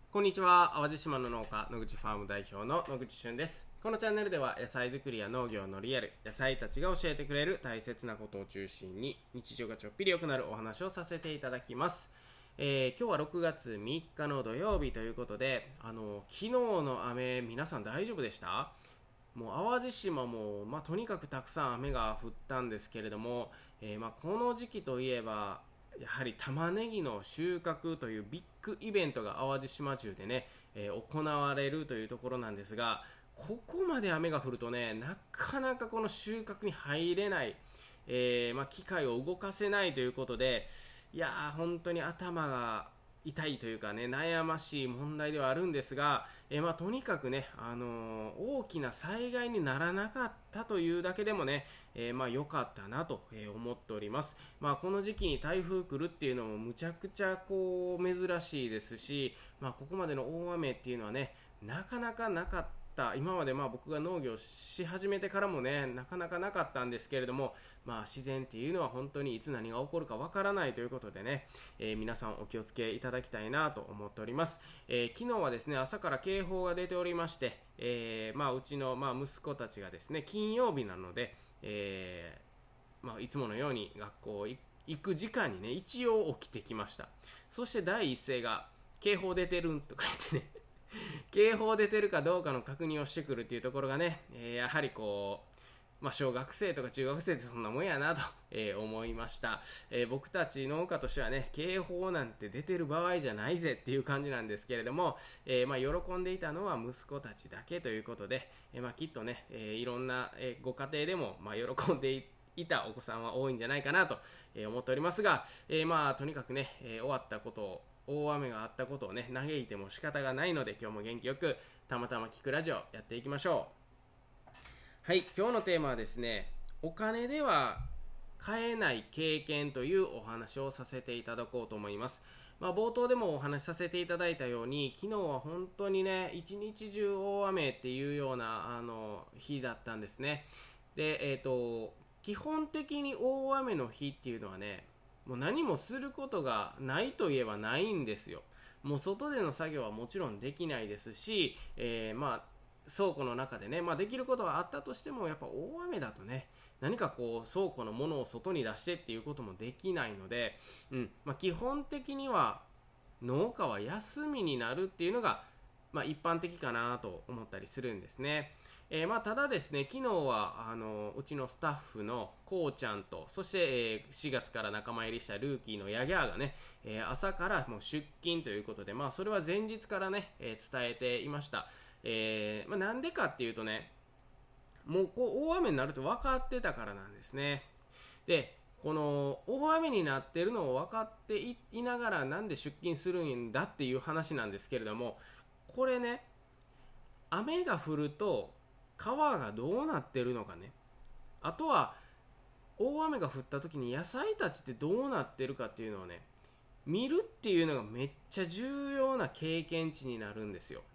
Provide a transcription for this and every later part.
こんにちは。淡路島の農家野口ファーム代表の野口俊です。このチャンネルでは野菜作りや農業のリアル、野菜たちが教えてくれる大切なことを中心に日常がちょっぴり良くなるお話をさせていただきます。今日は6月3日の土曜日ということで、昨日の雨皆さん大丈夫でした？もう淡路島も、とにかくたくさん雨が降ったんですけれども、この時期といえばやはり玉ねぎの収穫というビッグイベントが淡路島中でね、行われるというところなんですが、ここまで雨が降るとね、なかなかこの収穫に入れない、機械を動かせないということで、いやー本当に頭が痛いというかね、悩ましい問題ではあるんですが、とにかくね、大きな災害にならなかったというだけでもね、良かったなと思っております。この時期に台風来るっていうのもむちゃくちゃ珍しいですし、ここまでの大雨っていうのはね、なかなかなかった。今まで僕が農業し始めてからもね、なかなかなかったんですけれども、自然っていうのは本当にいつ何が起こるかわからないということでね、皆さんお気をつけいただきたいなと思っております。昨日はですね、朝から警報が出ておりまして、うちの息子たちがですね、金曜日なので、いつものように学校行く時間にね、一応起きてきました。そして第一声が、警報出てるんとか言ってね、警報出てるかどうかの確認をしてくるっていうところがね、やはり小学生とか中学生ってそんなもんやなと、思いました。僕たち農家としてはね、警報なんて出てる場合じゃないぜっていう感じなんですけれども、喜んでいたのは息子たちだけということで、きっとね、いろんな、ご家庭でも、喜んでいたお子さんは多いんじゃないかなと、思っておりますが、とにかくね、終わったことを大雨があったことをね、嘆いても仕方がないので、今日も元気よくたまたま聞くラジオやっていきましょう。はい、今日のテーマはですね、お金では買えない経験というお話をさせていただこうと思います。冒頭でもお話しさせていただいたように、昨日は本当にね、一日中大雨っていうような日だったんですね。で、基本的に大雨の日っていうのはね、もう何もすることがないといえばないんですよ。もう外での作業はもちろんできないですし、倉庫の中でね、できることはあったとしても、やっぱ大雨だとね、何か倉庫のものを外に出してっていうこともできないので、基本的には農家は休みになるっていうのが、一般的かなと思ったりするんですね。ただですね、昨日はうちのスタッフのこうちゃんと、そして、4月から仲間入りしたルーキーのヤギャーがね、朝からもう出勤ということで、それは前日からね、伝えていました。なんでかっていうとね、もう大雨になると分かってたからなんですね。で、この大雨になってるのを分かっていながらなんで出勤するんだっていう話なんですけれども、これね、雨が降ると川がどうなってるのかね、あとは大雨が降った時に野菜たちってどうなってるかっていうのをね、見るっていうのがめっちゃ重要な経験値になるんですよ。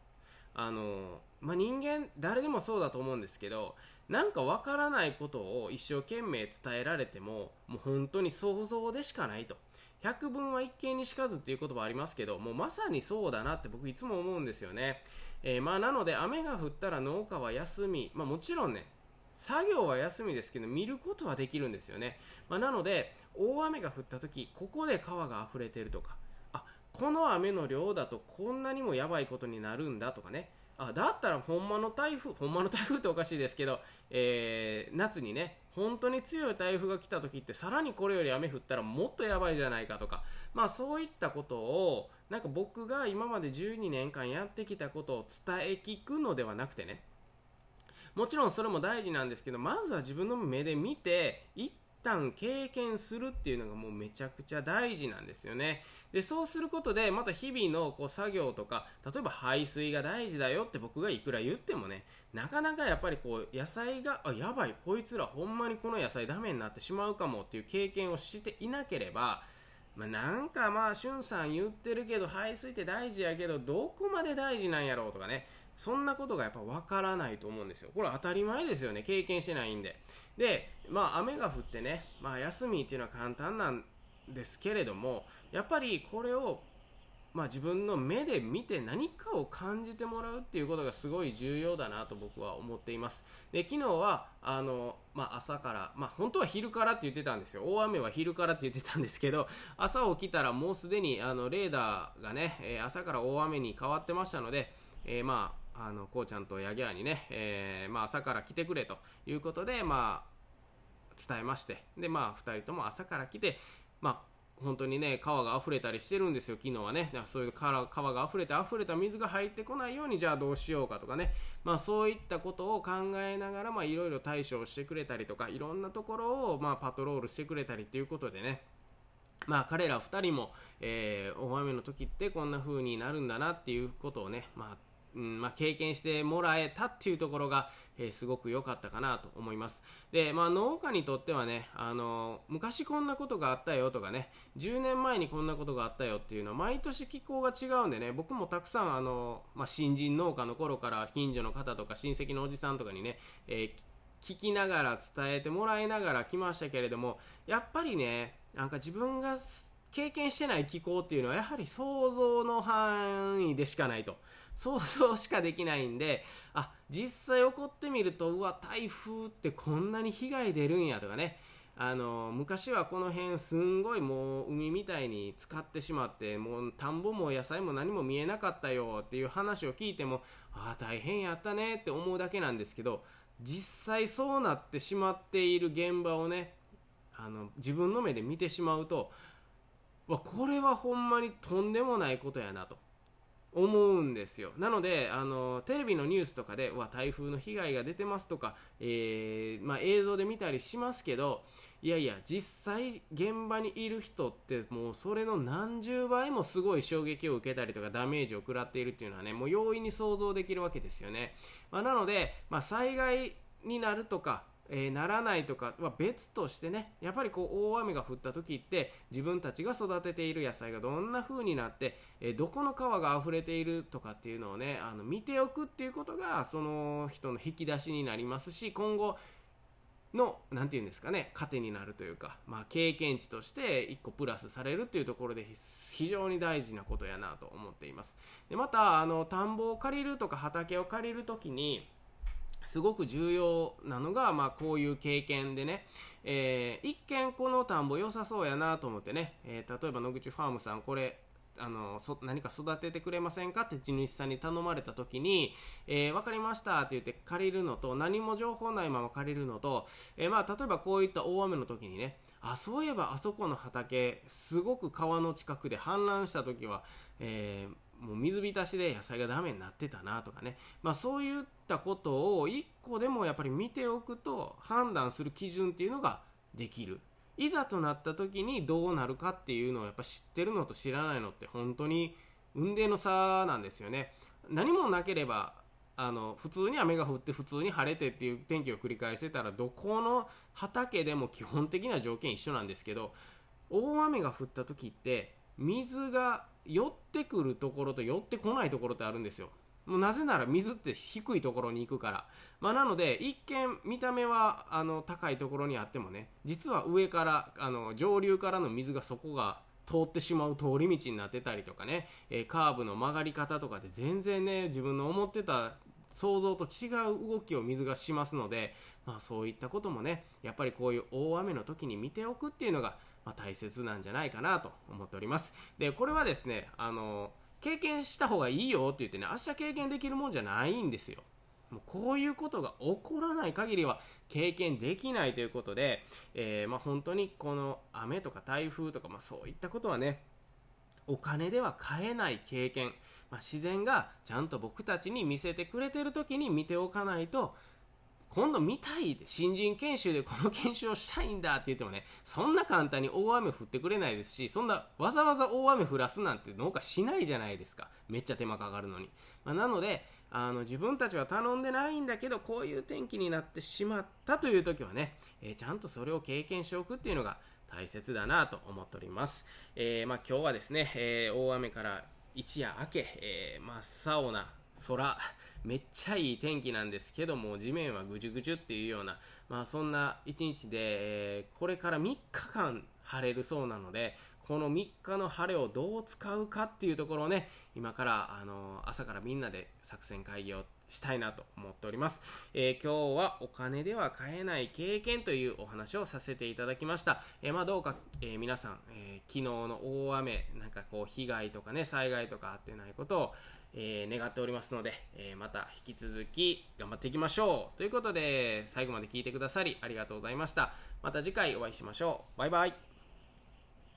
人間誰でもそうだと思うんですけど、なんかわからないことを一生懸命伝えられても、もう本当に想像でしかないと。百聞は一見にしかずっていう言葉ありますけど、もうまさにそうだなって僕いつも思うんですよね。なので雨が降ったら農家は休み、もちろんね、作業は休みですけど見ることはできるんですよね。なので大雨が降った時、ここで川が溢れてるとか、この雨の量だとこんなにもやばいことになるんだとかね、だったらほんまの台風っておかしいですけど、夏にね、本当に強い台風が来た時ってさらにこれより雨降ったらもっとやばいじゃないかとか、そういったことをなんか僕が今まで12年間やってきたことを伝え聞くのではなくてね、もちろんそれも大事なんですけど、まずは自分の目で見て一旦経験するっていうのがもうめちゃくちゃ大事なんですよね。でそうすることでまた日々の作業とか、例えば排水が大事だよって僕がいくら言ってもね、なかなかやっぱり野菜がやばい、こいつらほんまにこの野菜ダメになってしまうかもっていう経験をしていなければ、なんかしゅんさん言ってるけど排水って大事やけどどこまで大事なんやろうとかね、そんなことがやっぱ分からないと思うんですよ。これ当たり前ですよね、経験してないんで。で、雨が降ってね、休みっていうのは簡単なんですけれども、やっぱりこれを自分の目で見て何かを感じてもらうっていうことがすごい重要だなと僕は思っています。で、昨日は朝から、本当は昼からって言ってたんですよ。大雨は昼からって言ってたんですけど、朝起きたらもうすでにレーダーがね、朝から大雨に変わってましたので、こうちゃんとヤギャーにね、朝から来てくれということで、伝えまして、で、2人とも朝から来て、本当にね、川が溢れたりしてるんですよ、昨日はね。そういう川が溢れた水が入ってこないように、じゃあどうしようかとかね、そういったことを考えながら、いろいろ対処をしてくれたりとか、いろんなところを、パトロールしてくれたりということでね、彼ら2人も、大雨の時ってこんな風になるんだなっていうことをね、経験してもらえたっていうところが、すごく良かったかなと思います。で、農家にとってはね、昔こんなことがあったよとかね、10年前にこんなことがあったよっていうのは毎年気候が違うんでね、僕もたくさん新人農家の頃から近所の方とか親戚のおじさんとかにね、聞きながら伝えてもらいながら来ましたけれども、やっぱりね、自分が経験してない気候っていうのはやはり想像の範囲でしかないと、想像しかできないんで、実際起こってみると、うわ、台風ってこんなに被害出るんやとかね、昔はこの辺すんごいもう海みたいに浸かってしまって、もう田んぼも野菜も何も見えなかったよっていう話を聞いても、大変やったねって思うだけなんですけど、実際そうなってしまっている現場をね、自分の目で見てしまうと、これはほんまにとんでもないことやなと思うんですよ。なのでテレビのニュースとかで台風の被害が出てますとか、映像で見たりしますけど、いやいや実際現場にいる人ってもうそれの何十倍もすごい衝撃を受けたりとかダメージを食らっているっていうのはね、もう容易に想像できるわけですよね。なので、災害になるとかならないとかは別としてね、やっぱり大雨が降った時って自分たちが育てている野菜がどんな風になって、どこの川が溢れているとかっていうのをね、見ておくっていうことがその人の引き出しになりますし、今後のなんていうんですかね、糧になるというか、経験値として一個プラスされるっていうところで非常に大事なことやなと思っています。で、また田んぼを借りるとか畑を借りるときにすごく重要なのが、こういう経験でね、一見この田んぼ良さそうやなと思ってね、例えば野口ファームさんこれ何か育ててくれませんかって地主さんに頼まれた時に、分かりましたって言って借りるのと、何も情報ないまま借りるのと、例えばこういった大雨の時にね、そういえばあそこの畑すごく川の近くで氾濫した時は、もう水浸しで野菜がダメになってたなとかね、そういったことを一個でもやっぱり見ておくと判断する基準っていうのができる。いざとなった時にどうなるかっていうのをやっぱ知ってるのと知らないのって本当に雲泥の差なんですよね。何もなければ普通に雨が降って普通に晴れてっていう天気を繰り返せたらどこの畑でも基本的な条件一緒なんですけど、大雨が降った時って水が寄ってくるところと寄ってこないところってあるんですよ。もうなぜなら水って低いところに行くから。なので一見見た目は高いところにあってもね、実は上から上流からの水がそこが通ってしまう通り道になってたりとかね、カーブの曲がり方とかで全然ね、自分の思ってた想像と違う動きを水がしますので、そういったこともね、やっぱりこういう大雨の時に見ておくっていうのが大切なんじゃないかなと思っております。で、これはですね、経験した方がいいよって言ってね、明日経験できるもんじゃないんですよ。もうこういうことが起こらない限りは経験できないということで、本当にこの雨とか台風とか、そういったことはね、お金では買えない経験、自然がちゃんと僕たちに見せてくれてる時に見ておかないと、今度見たいで新人研修でこの研修をしたいんだって言ってもね、そんな簡単に大雨降ってくれないですし、そんなわざわざ大雨降らすなんて農家しないじゃないですか。めっちゃ手間かかるのに。なので自分たちは頼んでないんだけどこういう天気になってしまったという時はね、ちゃんとそれを経験しておくっていうのが大切だなと思っております。今日はですね、大雨から一夜明け、真っ青な空、めっちゃいい天気なんですけども、地面はぐじゅぐじゅっていうような、そんな一日で、これから3日間晴れるそうなので、 この3日の晴れをどう使うかっていうところをね、今から朝からみんなで作戦会議をしたいなと思っております。今日はお金では買えない経験というお話をさせていただきました。どうか、皆さん、昨日の大雨なんかこう被害とかね、災害とかあってないことを、願っておりますので、また引き続き頑張っていきましょうということで、最後まで聞いてくださりありがとうございました。また次回お会いしましょう。バイバイ。